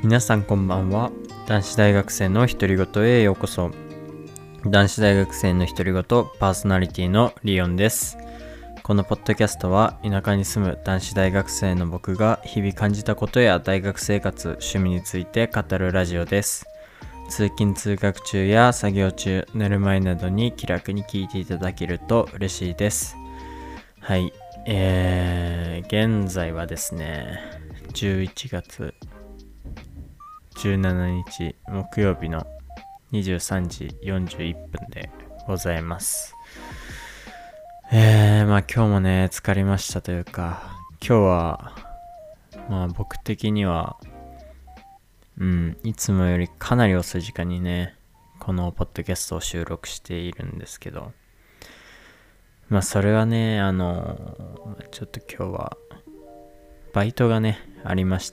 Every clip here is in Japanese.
皆さんこんばんは。男子大学生の独り言へようこそ。男子大学生の独り言パーソナリティのリオンです。このポッドキャストは田舎に住む男子大学生の僕が日々感じたことや大学生活、趣味について語るラジオです。通勤通学中や作業中、寝る前などに気楽に聞いていただけると嬉しいです。はい、現在はですね、11月17日木曜日の23時41分でございます。今日もね疲れましたというか、今日は僕的にはいつもよりかなり遅い時間にねこのポッドキャストを収録しているんですけど、それはねちょっと今日はバイトがねありまして、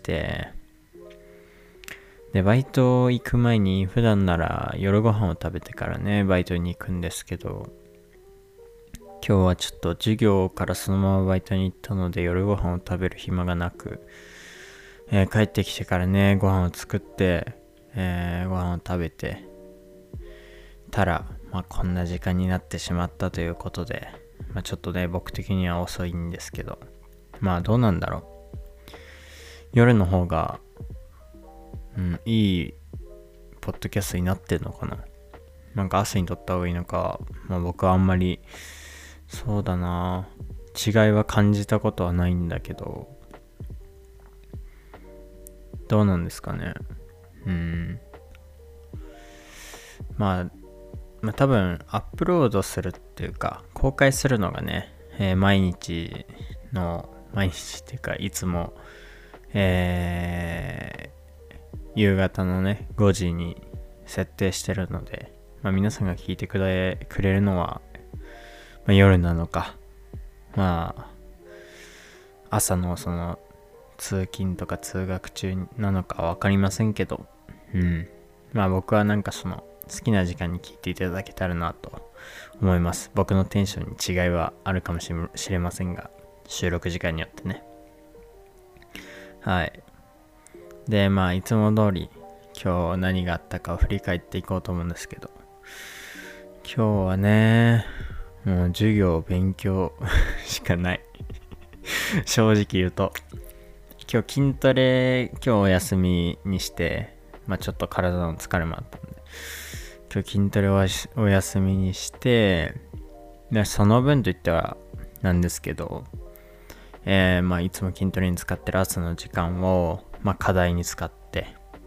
でバイト行く前に普段なら夜ご飯を食べてからねバイトに行くんですけど、今日はちょっと授業からそのままバイトに行ったので夜ご飯を食べる暇がなく、帰ってきてからねご飯を作って、ご飯を食べてたらこんな時間になってしまったということで、ちょっとね僕的には遅いんですけど、どうなんだろう、夜の方がいいポッドキャストになってんのかな。なんか朝に撮った方がいいのか、僕はあんまりそうだな違いは感じたことはないんだけど、どうなんですかね。多分アップロードするっていうか公開するのがね、毎日っていうかいつも夕方のね5時に設定してるので、皆さんが聞いてくれるのは、夜なのか朝のその通勤とか通学中なのか分かりませんけど、僕はなんかその好きな時間に聞いていただけたらなと思います。僕のテンションに違いはあるかもしれませんが、収録時間によってね。はい。でいつも通り今日何があったかを振り返っていこうと思うんですけど、今日はねもう授業勉強しかない正直言うと、今日筋トレ今日お休みにして、ちょっと体の疲れもあったんで今日筋トレをお休みにして、でその分といってはなんですけど、いつも筋トレに使ってる朝の時間を課題に使って、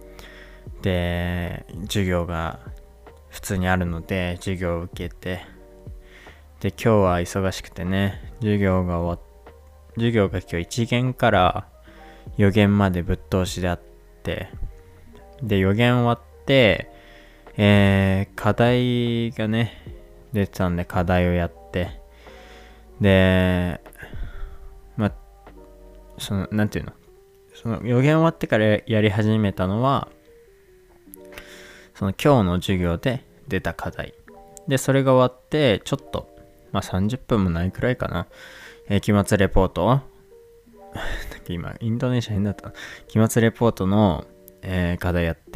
で授業が普通にあるので授業を受けて、で今日は忙しくてね、授業が今日1限から4限までぶっ通しであって、で4限終わって、課題がね出てたんで課題をやって、でそのなんていうの、その4限終わってからやり始めたのはその今日の授業で出た課題で、それが終わってちょっと30分もないくらいかな、期末レポート今インドネシア変だった。期末レポートの、課題やって、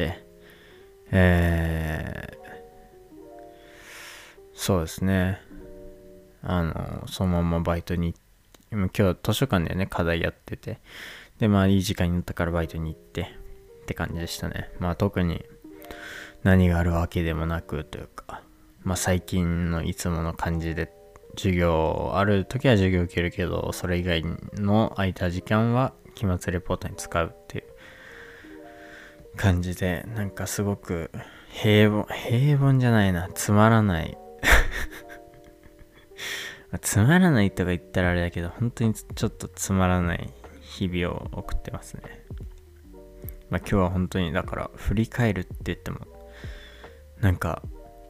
そうですね、そのままバイトに今日図書館でね課題やってて、でいい時間になったからバイトに行ってって感じでしたね。特に何があるわけでもなくというか、最近のいつもの感じで、授業ある時は授業受けるけど、それ以外の空いた時間は期末レポートに使うっていう感じで、なんかすごく平凡じゃないな、つまらないつまらないとか言ったらあれだけど、本当にちょっとつまらない日々を送ってますね。今日は本当にだから振り返るって言ってもなんか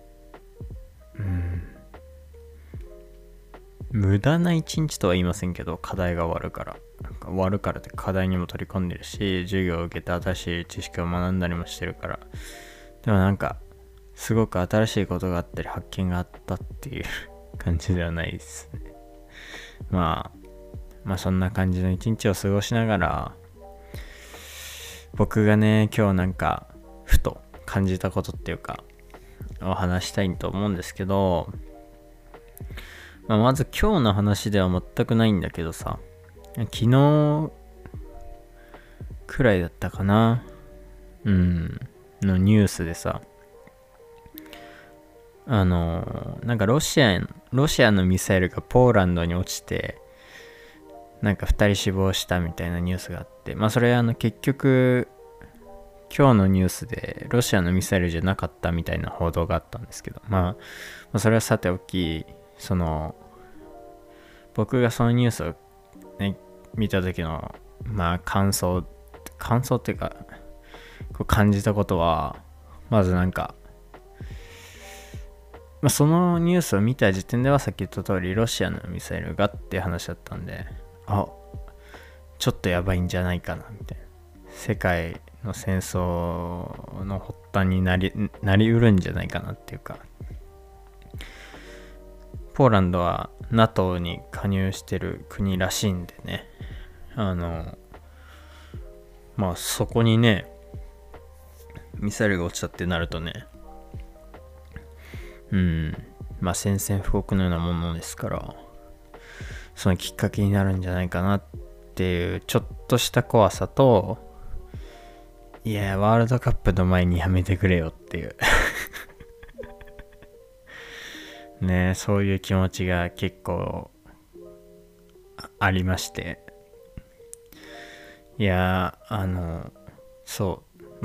無駄な一日とは言いませんけど、課題が終わるからって課題にも取り込んでるし、授業を受けて新しい知識を学んだりもしてるから、でもなんかすごく新しいことがあったり発見があったっていう感じではないですね。そんな感じの一日を過ごしながら、 僕がね、今日なんか、ふと感じたことっていうか、を話したいと思うんですけど、まず今日の話では全くないんだけどさ、昨日くらいだったかな、のニュースでさ、なんかロシアのミサイルがポーランドに落ちて、なんか2人死亡したみたいなニュースがあって、それ結局、今日のニュースでロシアのミサイルじゃなかったみたいな報道があったんですけど、それはさておき、僕がそのニュースをね、見た時の、感想っていうか、こう感じたことは、まずなんか、そのニュースを見た時点ではさっき言った通りロシアのミサイルがっていう話だったんで、ちょっとやばいんじゃないかなみたいな、世界の戦争の発端になりうるんじゃないかなっていうか、ポーランドは NATO に加入してる国らしいんでね、そこにねミサイルが落ちたってなるとね、宣戦布告のようなものですから、そのきっかけになるんじゃないかなっていうちょっとした怖さと、いやワールドカップの前にやめてくれよっていうね、そういう気持ちが結構ありまして、いやそう、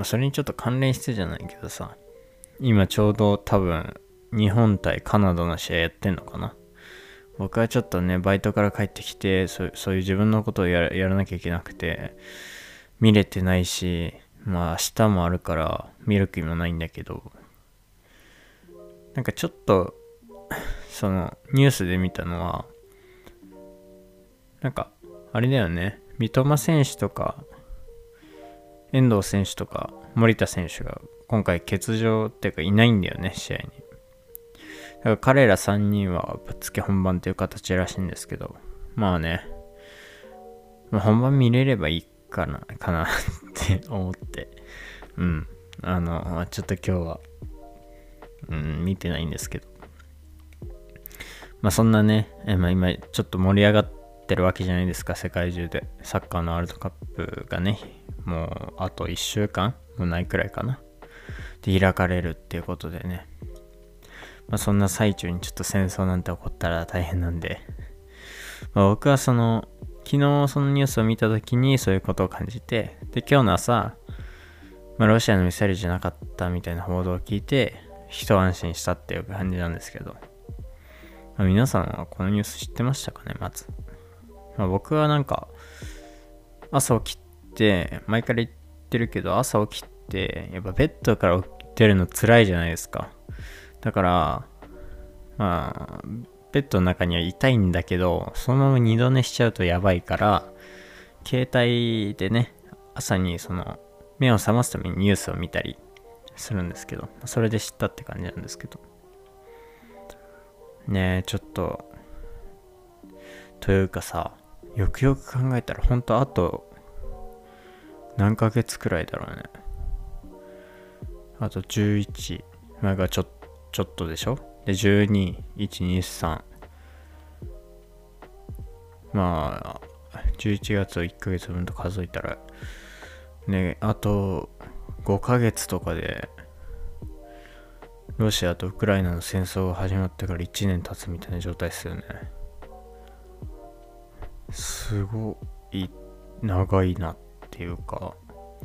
それにちょっと関連してじゃないけどさ、今ちょうど多分日本対カナダの試合やってんのかな。僕はちょっとねバイトから帰ってきて、そういう自分のことをやらなきゃいけなくて見れてないし、明日もあるから見る気もないんだけど、なんかちょっとそのニュースで見たのは、なんかあれだよね、三笘選手とか遠藤選手とか森田選手が今回欠場っていうかいないんだよね、試合に。だから彼ら3人はぶっつけ本番という形らしいんですけど、本番見れればいいかなって思って、ちょっと今日は見てないんですけど、そんなね、今ちょっと盛り上がってるわけじゃないですか、世界中で。サッカーのワールドカップがね、もうあと1週間もないくらいかなで開かれるっていうことでね、そんな最中にちょっと戦争なんて起こったら大変なんで、僕は昨日そのニュースを見た時にそういうことを感じて、で今日の朝、ロシアのミサイルじゃなかったみたいな報道を聞いて一安心したっていう感じなんですけど、皆さんはこのニュース知ってましたかね。まず、僕はなんか朝起きて、前から言ってるけど、朝起きてやっぱベッドから起きてるの辛いじゃないですか。だからベッドの中にはいたいんだけど、そのまま二度寝しちゃうとやばいから、携帯でね朝に目を覚ますためにニュースを見たりするんですけど、それで知ったって感じなんですけどね。ちょっとというかさ、よくよく考えたらほんとあと何ヶ月くらいだろうね。あと11がちょっとでしょ。で12、1、2、3、11月を1ヶ月分と数えたらね、あと5ヶ月とかでロシアとウクライナの戦争が始まってから1年経つみたいな状態ですよね。すごい長いなっていうか、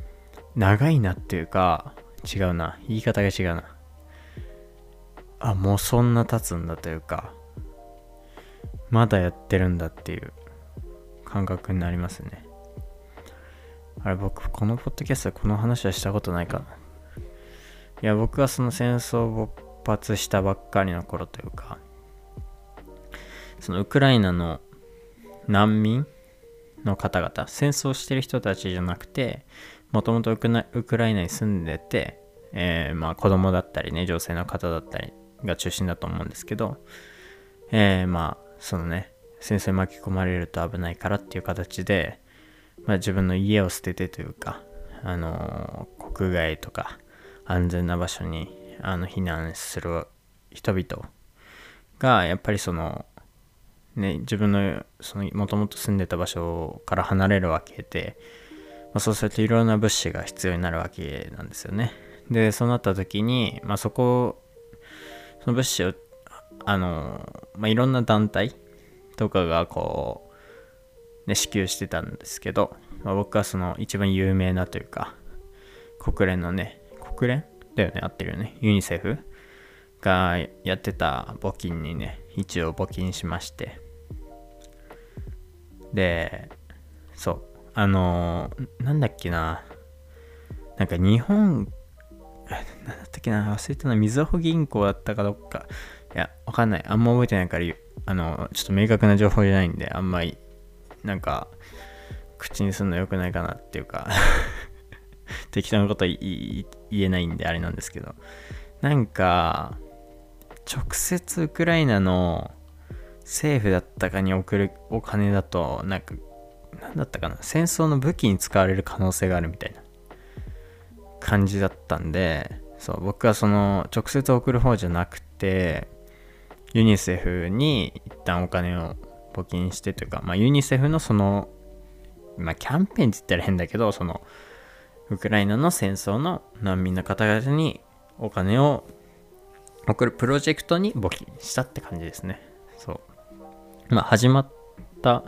違うな、言い方が違うな。もうそんな経つんだというか、まだやってるんだっていう感覚になりますね。あれ、僕このポッドキャストでこの話はしたことないかな。いや、僕はその戦争勃発したばっかりの頃というか、そのウクライナの難民の方々、戦争してる人たちじゃなくて、もともとウクライナに住んでて、子供だったりね、女性の方だったりが中心だと思うんですけど、そのね、戦争に巻き込まれると危ないからっていう形で、自分の家を捨ててというか、 国外とか安全な場所に避難する人々がやっぱりそのね、自分のもともと住んでた場所から離れるわけで、そうするといろんな物資が必要になるわけなんですよね。でそうなった時に、その物資をいろんな団体とかがこう、ね、支給してたんですけど、僕はその一番有名なというか、国連だよね、合ってるよね、ユニセフがやってた募金にね、一応募金しまして、でなんだっけな、なんか日本、なんだったっけな、忘れたな、みずほ銀行だったかどっか、いや、わかんない、あんま覚えてないから、ちょっと明確な情報じゃないんで、あんまり、口にするの良くないかなっていうか、適当なこと言えないんであれなんですけど、直接ウクライナの政府だったかに送るお金だと、なんだったかな、戦争の武器に使われる可能性があるみたいな感じだったんで、僕はその直接送る方じゃなくて、ユニセフに一旦お金を募金してというか、ユニセフのキャンペーンって言ったら変だけど、そのウクライナの戦争の難民の方々にお金を送るプロジェクトに募金したって感じですね。始まった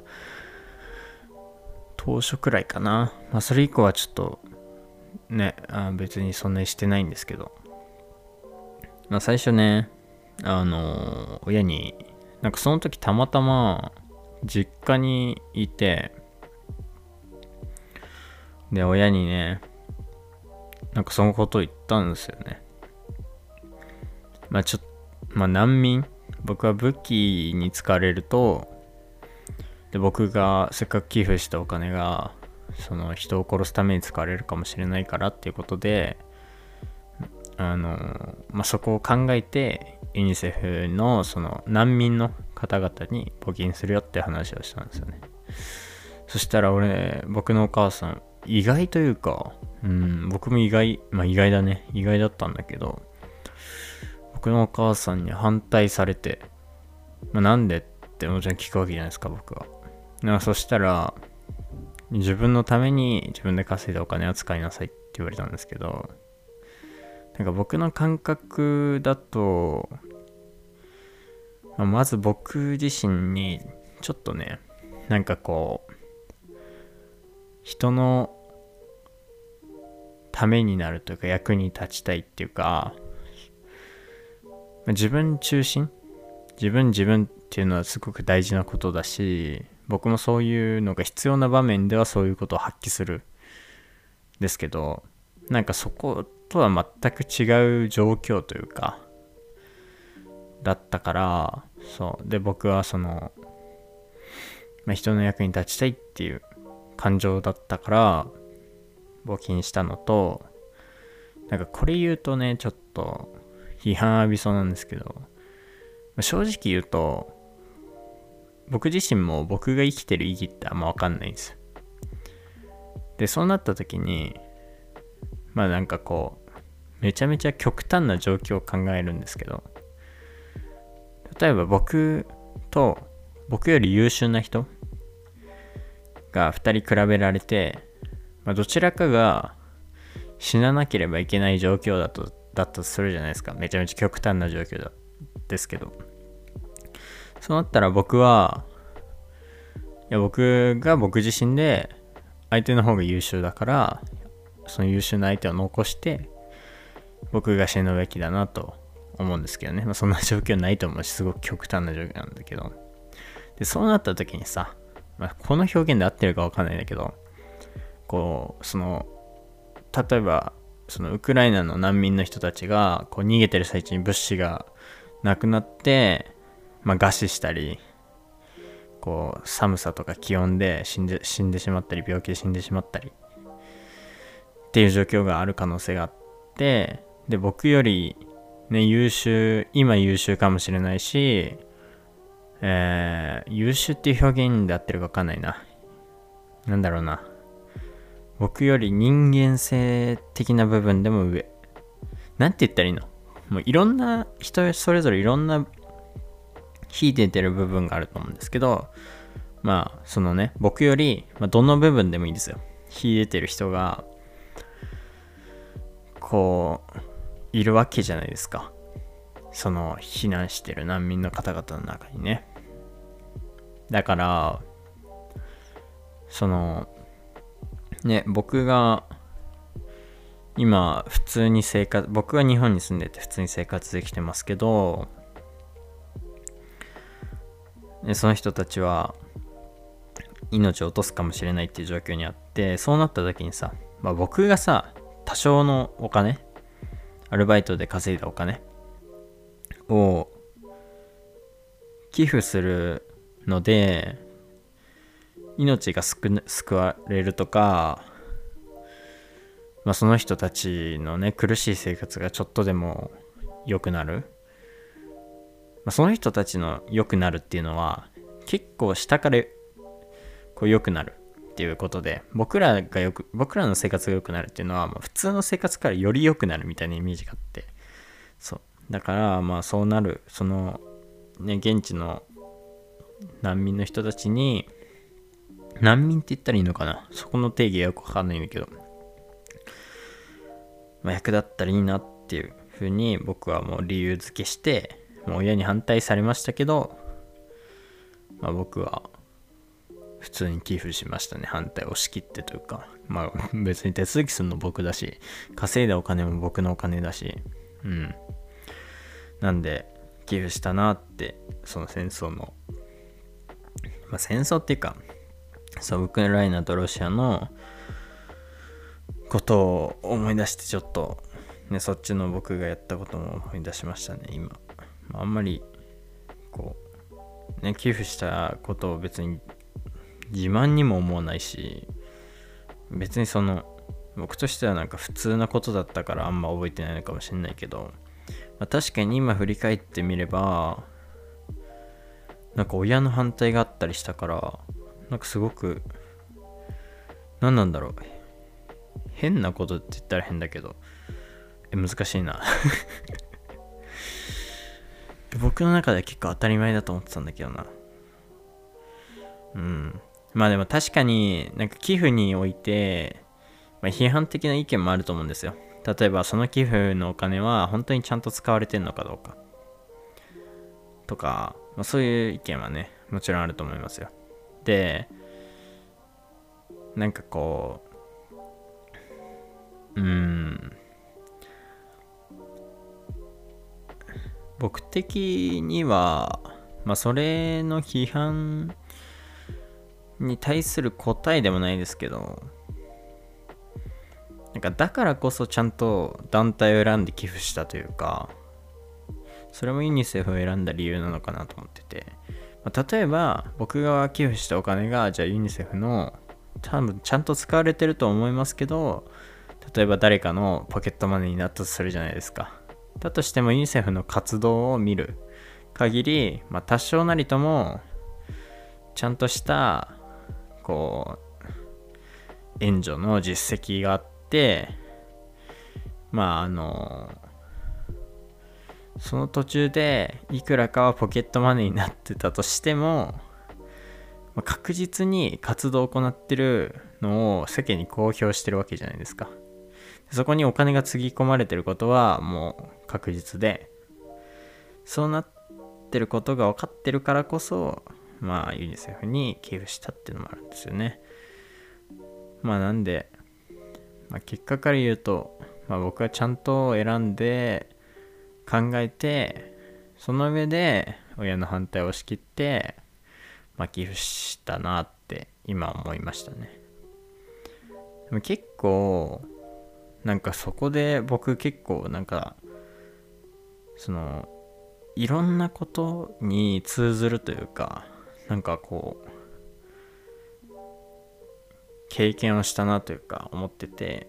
当初くらいかな。それ以降はちょっとね、別にそんなにしてないんですけど、最初ね、親にその時たまたま実家にいて、で親にね、そのことを言ったんですよね。難民、僕は武器に使われると、で僕がせっかく寄付したお金がその人を殺すために使われるかもしれないからっていうことで、そこを考えてユニセフのその難民の方々に募金するよって話をしたんですよね。そしたら僕のお母さん、意外というか、僕も意外だね、意外だったんだけど、僕のお母さんに反対されて、なんでってもちろん聞くわけじゃないですか、僕は。そしたら、自分のために自分で稼いだお金は使いなさいって言われたんですけど、僕の感覚だと、まず僕自身にちょっとね、人のためになるというか、役に立ちたいっていうか、自分中心、自分っていうのはすごく大事なことだし、僕もそういうのが必要な場面ではそういうことを発揮するんですけど、そことは全く違う状況というかだったから、で僕はその、人の役に立ちたいっていう感情だったから募金したのと、これ言うとね、ちょっと批判浴びそうなんですけど、正直言うと僕自身も僕が生きてる意義ってあんま分かんないんですよ。でそうなった時にめちゃめちゃ極端な状況を考えるんですけど、例えば僕と僕より優秀な人が2人比べられて、どちらかが死ななければいけない状況だったとするじゃないですか。めちゃめちゃ極端な状況ですけど、そうなったら僕が僕自身で相手の方が優秀だから、その優秀な相手を残して僕が死ぬべきだなと思うんですけどね。そんな状況ないと思うし、すごく極端な状況なんだけど、でそうなった時にさ、この表現で合ってるか分かんないんだけど、例えばそのウクライナの難民の人たちが逃げてる最中に物資がなくなって、餓死したり、寒さとか気温で死んでしまったり、病気で死んでしまったりっていう状況がある可能性があって、で僕よりね、今優秀かもしれないし、優秀っていう表現で合ってるか分かんないな。 僕より人間性的な部分でも上。なんて言ったらいいの？もういろんな人それぞれいろんな秀でてる部分があると思うんですけど、まあそのね、僕より、どの部分でもいいんですよ。秀でてる人がこういるわけじゃないですか。その避難してる難民の方々の中にね。だからそのね、僕が今普通に僕は日本に住んでて普通に生活できてますけど、その人たちは命を落とすかもしれないっていう状況にあって、そうなった時にさ、僕がさ、多少のお金、アルバイトで稼いだお金を寄付するので命が救われるとか、その人たちのね、苦しい生活がちょっとでも良くなる、その人たちの良くなるっていうのは結構下からこう良くなるっていうことで、僕らの生活が良くなるっていうのは、普通の生活からより良くなるみたいなイメージがあって、そうだからそうなる、そのね、現地の難民の人たちに、難民って言ったらいいのかな、そこの定義はよくわかんないんだけど、役立ったらいいなっていうふうに僕はもう理由付けして、もう親に反対されましたけど、僕は普通に寄付しましたね。反対を押し切ってというか、別に手続きするの僕だし、稼いだお金も僕のお金だし、なんで寄付したなって、その戦争の、戦争っていうか、ウクライナとロシアのことを思い出して、ちょっとね、そっちの僕がやったことも思い出しましたね。今あんまりこうね、寄付したことを別に自慢にも思わないし、別にその僕としてはなんか普通なことだったからあんま覚えてないのかもしれないけど、確かに今振り返ってみれば、なんか親の反対があったりしたから、なんかすごく何なんだろう、変なことって言ったら変だけど、難しいな僕の中では結構当たり前だと思ってたんだけどな。でも確かになんか寄付において、批判的な意見もあると思うんですよ。例えばその寄付のお金は本当にちゃんと使われてんのかどうかとか、そういう意見はね、もちろんあると思いますよ。で、なんかこう僕的にはそれの批判に対する答えでもないですけど、なんかだからこそちゃんと団体を選んで寄付したというか、それもユニセフを選んだ理由なのかなと思ってて、例えば僕が寄付したお金がじゃあユニセフの多分ちゃんと使われてると思いますけど、例えば誰かのポケットマネーになったとするじゃないですか。だとしてもユニセフの活動を見る限り、多少なりともちゃんとしたこう援助の実績があって、その途中でいくらかはポケットマネーになってたとしても、確実に活動を行ってるのを世間に公表してるわけじゃないですか。そこにお金がつぎ込まれてることはもう確実で、そうなってることが分かってるからこそ、ユニセフに寄付したっていうのもあるんですよね。なんで、結果から言うと、僕はちゃんと選んで考えて、その上で親の反対を押し切って、寄付したなって今思いましたね。でも結構なんかそこで僕結構なんかそのいろんなことに通ずるというか、なんかこう経験をしたなというか思ってて、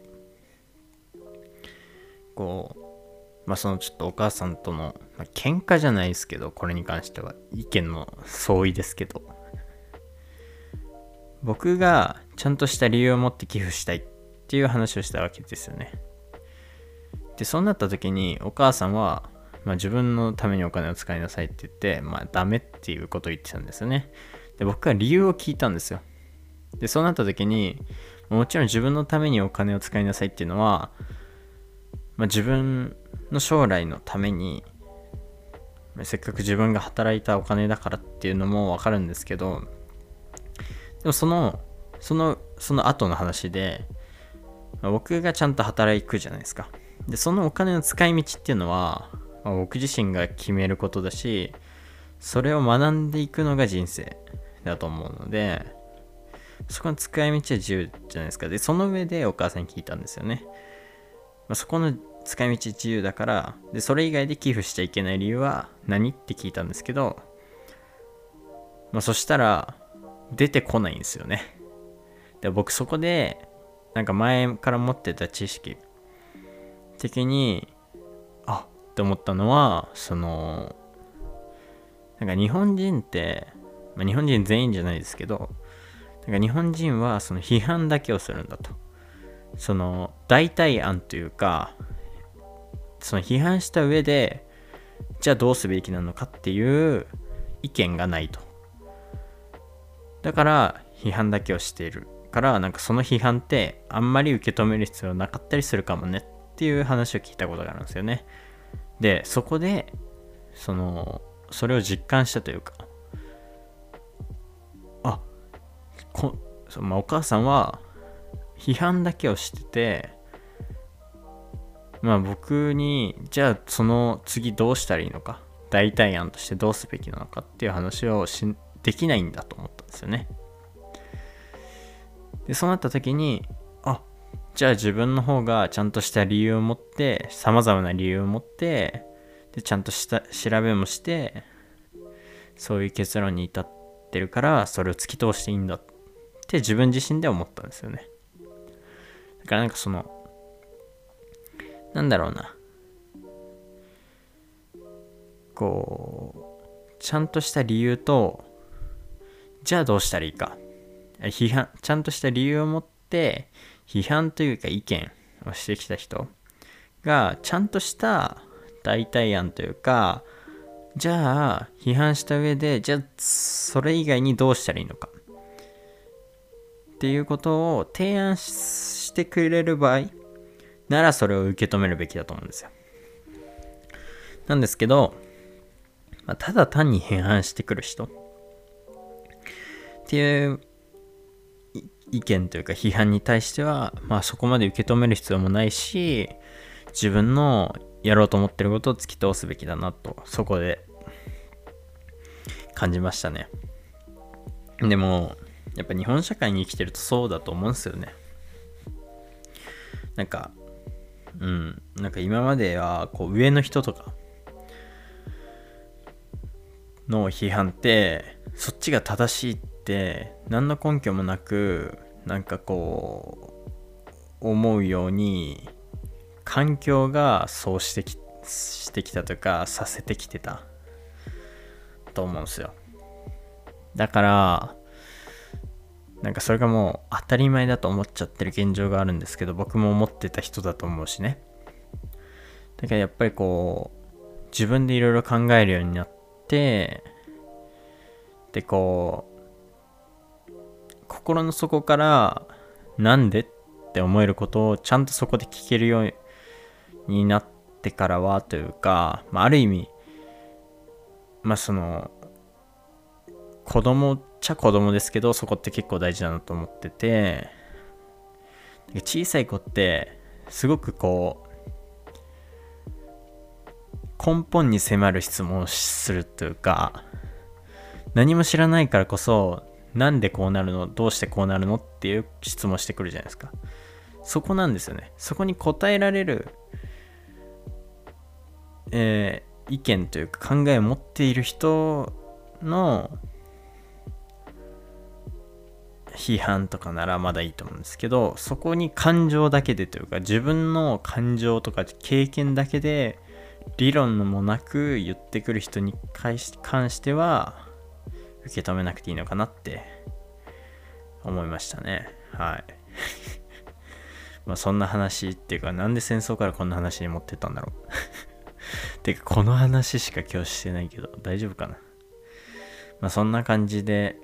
こうそのちょっとお母さんとの、喧嘩じゃないですけど、これに関しては意見の相違ですけど、僕がちゃんとした理由を持って寄付したいっっていう話をしたわけですよね。でそうなった時にお母さんは、自分のためにお金を使いなさいって言って、ダメっていうことを言ってたんですよね。で僕は理由を聞いたんですよ。でそうなった時に、もちろん自分のためにお金を使いなさいっていうのは、自分の将来のために、せっかく自分が働いたお金だからっていうのもわかるんですけど、でもその後の話で、僕がちゃんと働くじゃないですか。でそのお金の使い道っていうのは、僕自身が決めることだし、それを学んでいくのが人生だと思うので、そこの使い道は自由じゃないですか。でその上でお母さんに聞いたんですよね。そこの使い道自由だから、でそれ以外で寄付しちゃいけない理由は何って聞いたんですけど、そしたら出てこないんですよね。で僕そこでなんか前から持ってた知識的にって思ったのは、なんか日本人って、日本人全員じゃないですけど、なんか日本人はその批判だけをするんだと。その代替案というか、その批判した上でじゃあどうすべきなのかっていう意見がないと。だから批判だけをしているから、なんかその批判ってあんまり受け止める必要なかったりするかもねっていう話を聞いたことがあるんですよね。でそこでそれを実感したというか、お母さんは批判だけをしてて、僕にじゃあその次どうしたらいいのか、代替案としてどうすべきなのかっていう話をできないんだと思ったんですよね。でそうなった時に、じゃあ自分の方がちゃんとした理由を持って、様々な理由を持って、でちゃんとした調べもして、そういう結論に至ってるから、それを突き通していいんだって自分自身で思ったんですよね。だからなんかなんだろうな、ちゃんとした理由と、じゃあどうしたらいいか、ちゃんとした理由を持って批判というか意見をしてきた人が、ちゃんとした代替案というか、じゃあ批判した上で、じゃあそれ以外にどうしたらいいのかっていうことを提案してくれる場合なら、それを受け止めるべきだと思うんですよ。なんですけど、ただ単に批判してくる人っていう意見というか批判に対しては、そこまで受け止める必要もないし、自分のやろうと思ってることを突き通すべきだなと、そこで感じましたね。でもやっぱ日本社会に生きてるとそうだと思うんですよね。なんか今までは上の人とかの批判って、そっちが正しいって何の根拠もなく、思うように環境がそうしてきたというか、させてきてたと思うんですよ。だからなんかそれがもう当たり前だと思っちゃってる現状があるんですけど、僕も思ってた人だと思うしね。だからやっぱり自分でいろいろ考えるようになって、で心の底からなんでって思えることをちゃんとそこで聞けるようになってからはというか、ある意味子供っちゃ子供ですけど、そこって結構大事だなと思ってて、小さい子ってすごく根本に迫る質問をするというか、何も知らないからこそ、なんでこうなるの、どうしてこうなるのっていう質問してくるじゃないですか。そこなんですよね。そこに答えられる、意見というか考えを持っている人の批判とかならまだいいと思うんですけど、そこに感情だけでというか、自分の感情とか経験だけで理論もなく言ってくる人に関しては受け止めなくていいのかなって思いましたね。はいまあそんな話っていうか、なんで戦争からこんな話に持ってったんだろうてかこの話しか今日してないけど大丈夫かな。まあそんな感じで、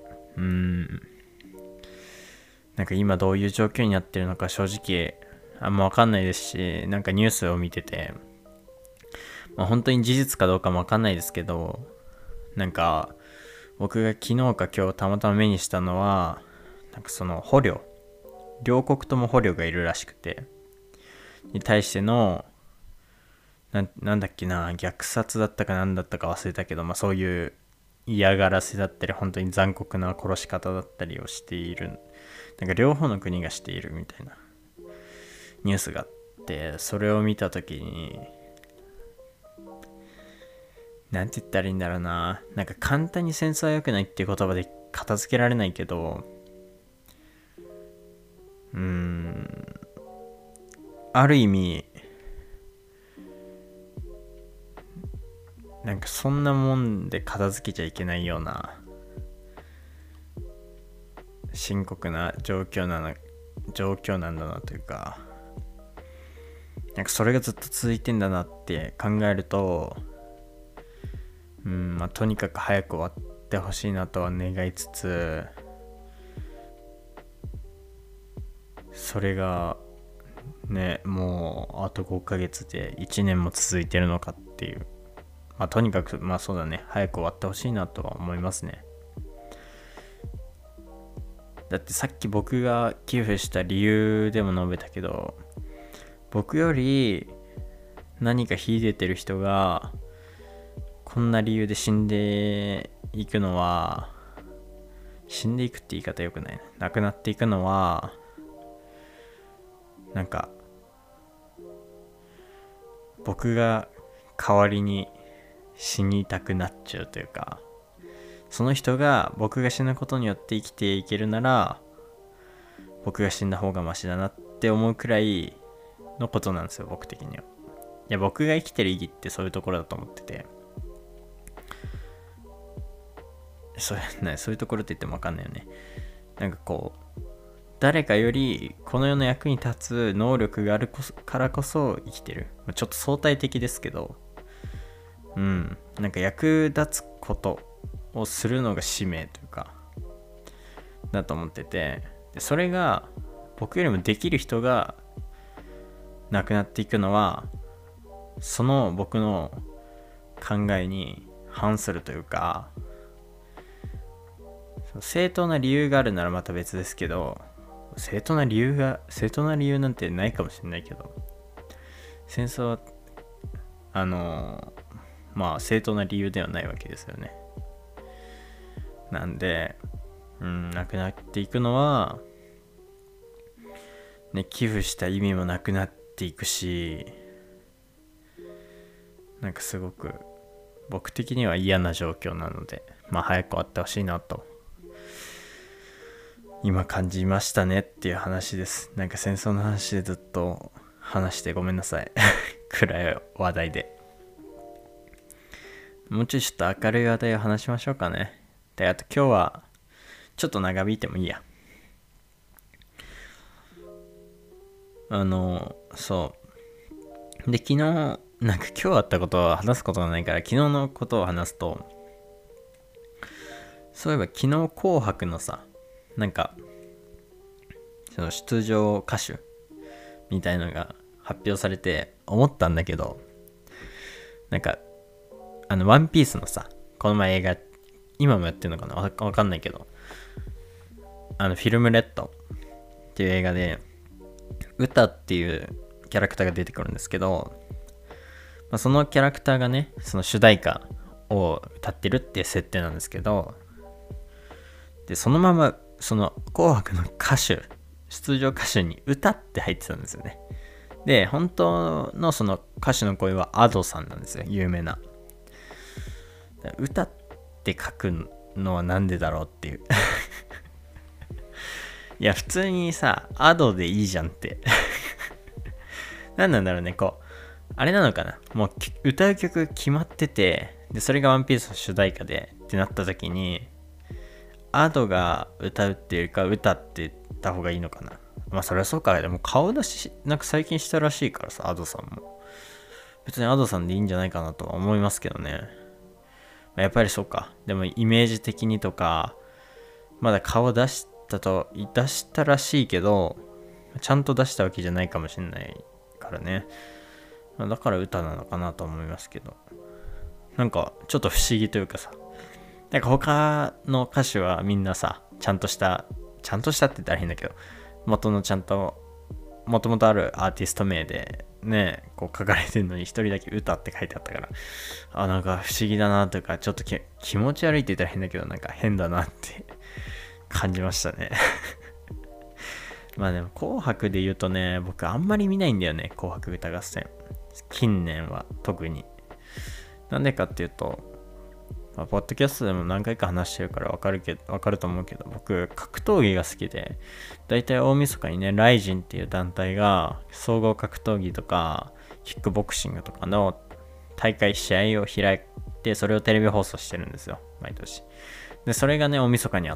なんか今どういう状況になってるのか正直あんまわかんないですし、なんかニュースを見てて、まあ本当に事実かどうかもわかんないですけど、なんか僕が昨日か今日たまたま目にしたのは、なんかその捕虜、両国とも捕虜がいるらしくて、に対してのなんだっけな、虐殺だったかなんだったか忘れたけど、まあそういう嫌がらせだったり本当に残酷な殺し方だったりをしている、なんか両方の国がしているみたいなニュースがあって、それを見たときになんて言ったらいいんだろうな、なんか簡単に戦争は良くないっていう言葉で片付けられないけど、ある意味なんかそんなもんで片付けちゃいけないような深刻な状況なんだなというか、なんかそれがずっと続いてんだなって考えると、まあとにかく早く終わってほしいなとは願いつつ、それがね、もうあと5ヶ月で1年も続いてるのかっていう、まあとにかくまあそうだね、早く終わってほしいなとは思いますね。だってさっき僕が寄付した理由でも述べたけど、僕より何か秀でてる人がこんな理由で死んでいくのは、死んでいくって言い方良くないな、亡くなっていくのはなんか僕が代わりに死にたくなっちゃうというか、その人が僕が死ぬことによって生きていけるなら僕が死んだ方がマシだなって思うくらいのことなんですよ、僕的には。いや、僕が生きてる意義ってそういうところだと思ってて、そういうところって言っても分かんないよね。なんかこう、誰かよりこの世の役に立つ能力があるからこそ生きてる。ちょっと相対的ですけど、なんか役立つことをするのが使命というかだと思ってて、でそれが僕よりもできる人が亡くなっていくのは、その僕の考えに反するというか、正当な理由があるならまた別ですけど、正当な理由なんてないかもしれないけど、戦争はまあ正当な理由ではないわけですよね。なんでなくなっていくのはね、寄付した意味もなくなっていくし、なんかすごく僕的には嫌な状況なので、まあ早く終わってほしいなと今感じましたねっていう話です。なんか戦争の話でずっと話してごめんなさい暗い話題で。もうちょっと明るい話題を話しましょうかね。で、あと今日はちょっと長引いてもいいや。そうで、昨日なんか今日あったことは話すことがないから昨日のことを話すと、そういえば昨日紅白のさ、なんかその出場歌手みたいのが発表されて思ったんだけど、なんかワンピースのさ、この前映画今もやってるのかな、わかんないけど、フィルムレッドっていう映画で歌っていうキャラクターが出てくるんですけど、まあ、そのキャラクターがね、その主題歌を歌ってるっていう設定なんですけど、でそのままその紅白の出場歌手に歌って入ってたんですよね。で本当のその歌手の声は Ado さんなんですよ、有名な。歌って書くのはなんでだろうっていういや普通にさ Ado でいいじゃんって何なんだろうね、こうあれなのかな、もう歌う曲決まってて、でそれがワンピースの主題歌でってなった時にAdoが歌うっていうか歌って言った方がいいのかな。 まあそりゃそうか。でも顔出しなんか最近したらしいからさ、Ado さんも。別に Ado さんでいいんじゃないかなとは思いますけどね。やっぱりそうか。でもイメージ的にとか、まだ顔出したらしいけど、ちゃんと出したわけじゃないかもしれないからね。だから歌なのかなと思いますけど。なんかちょっと不思議というかさ、なんか他の歌手はみんなさ、ちゃんとしたって言ったら変だけど、もともとあるアーティスト名でね、こう書かれてるのに一人だけ歌って書いてあったから、なんか不思議だなというか、ちょっと気持ち悪いって言ったら変だけど、なんか変だなって感じましたね。まあでも紅白で言うとね、僕あんまり見ないんだよね、紅白歌合戦。近年は特に。なんでかっていうと、ポッドキャストでも何回か話してるからわかると思うけど、僕格闘技が好きで、だいたい大晦日にね、ライジンっていう団体が総合格闘技とかキックボクシングとかの試合を開いて、それをテレビ放送してるんですよ、毎年。でそれがね、大晦日にあって、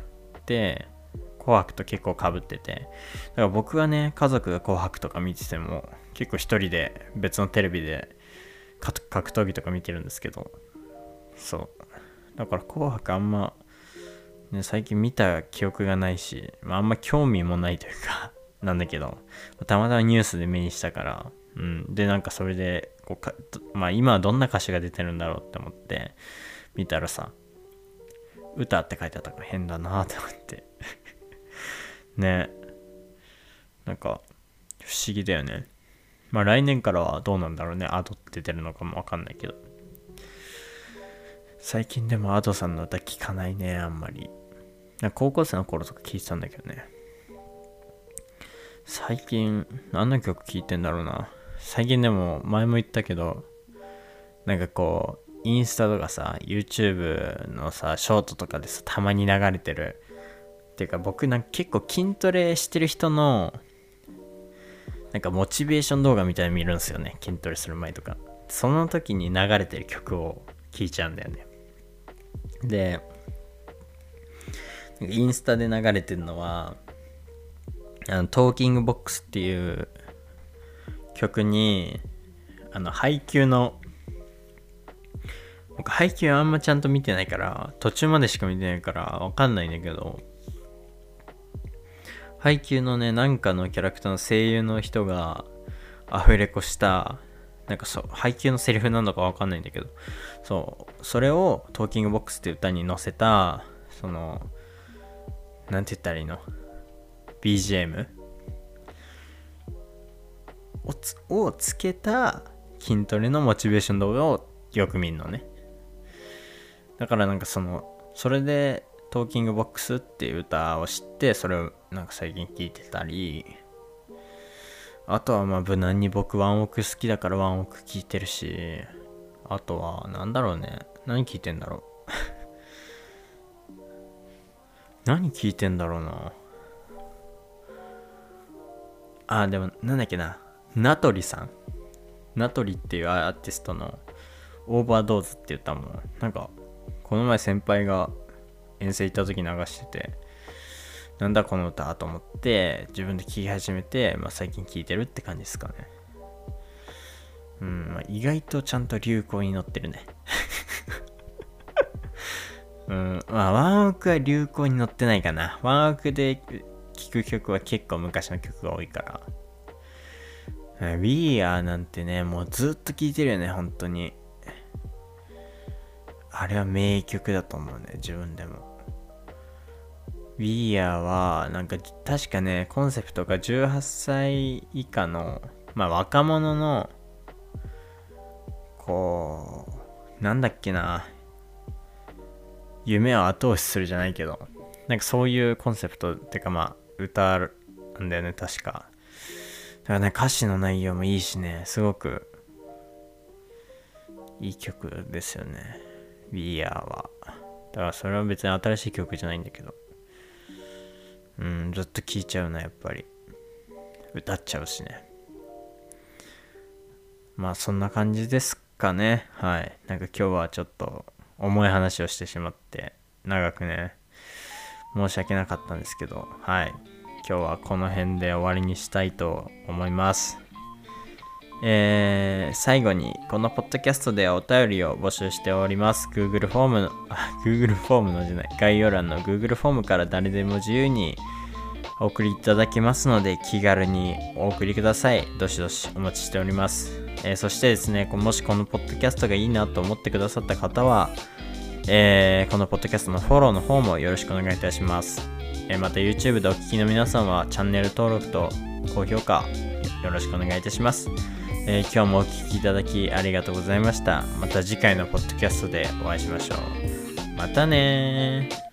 紅白と結構被ってて、だから僕はね、家族が紅白とか見てても結構一人で別のテレビで格闘技とか見てるんですけど、そうだから紅白あんま、ね、最近見た記憶がないし、あんま興味もないというかなんだけど、たまたまニュースで目にしたから、でなんかそれで今はどんな歌詞が出てるんだろうって思って見たらさ、歌って書いてあったから変だなって思ってね、なんか不思議だよね。来年からはどうなんだろうね、アドって出てるのかもわかんないけど、最近でも Ado さんの歌聞かないね、あんまり。高校生の頃とか聞いてたんだけどね。最近何の曲聴いてんだろうな。最近でも前も言ったけど、なんかこうインスタとかさ、 YouTube のさショートとかでさ、たまに流れてるっていうか、僕なんか結構筋トレしてる人のなんかモチベーション動画みたいに見るんですよね、筋トレする前とか。その時に流れてる曲を聴いちゃうんだよね。でインスタで流れてるのはトーキングボックスっていう曲に配給の、僕配給あんまちゃんと見てないから、途中までしか見てないからわかんないんだけど、配給のね、なんかのキャラクターの声優の人がアフレコした、なんか配給のセリフなのかわかんないんだけど、それをトーキングボックスって歌に載せた、なんて言ったらいいの、 BGM をつけた筋トレのモチベーション動画をよく見るのね。だからなんかそれでトーキングボックスっていう歌を知って、それをなんか最近聞いてたり、あとは無難に僕ワンオク好きだからワンオク聞いてるし、あとはなんだろうね、何聞いてんだろう何聞いてんだろうな。でもなんだっけな、ナトリっていうアーティストのオーバードーズって歌も、なんかこの前先輩が遠征行った時流してて、なんだこの歌と思って自分で聴き始めて、最近聴いてるって感じですかね。意外とちゃんと流行に乗ってるね。ワンオクは流行に乗ってないかな。ワンオクで聴く曲は結構昔の曲が多いから。We Are なんてね、もうずっと聴いてるよね、本当に。あれは名曲だと思うね、自分でも。We Are はなんか確かね、コンセプトが18歳以下の若者のこうなんだっけな、夢を後押しするじゃないけど、なんかそういうコンセプトってか歌なんだよね、確か。だからね、歌詞の内容もいいしね、すごくいい曲ですよね、We Are は。だからそれは別に新しい曲じゃないんだけど、ずっと聴いちゃうな、やっぱり。歌っちゃうしね。そんな感じですかね。はい。なんか今日はちょっと重い話をしてしまって長くね、申し訳なかったんですけど、はい。 今日はこの辺で終わりにしたいと思います。最後にこのポッドキャストではお便りを募集しております。Google フォームの概要欄の Google フォームから誰でも自由にお送りいただけますので、気軽にお送りください。どしどしお待ちしております。そしてですね、もしこのポッドキャストがいいなと思ってくださった方は、このポッドキャストのフォローの方もよろしくお願いいたします。また YouTube でお聞きの皆さんはチャンネル登録と高評価よろしくお願いいたします。今日もお聞きいただきありがとうございました。また次回のポッドキャストでお会いしましょう。またねー。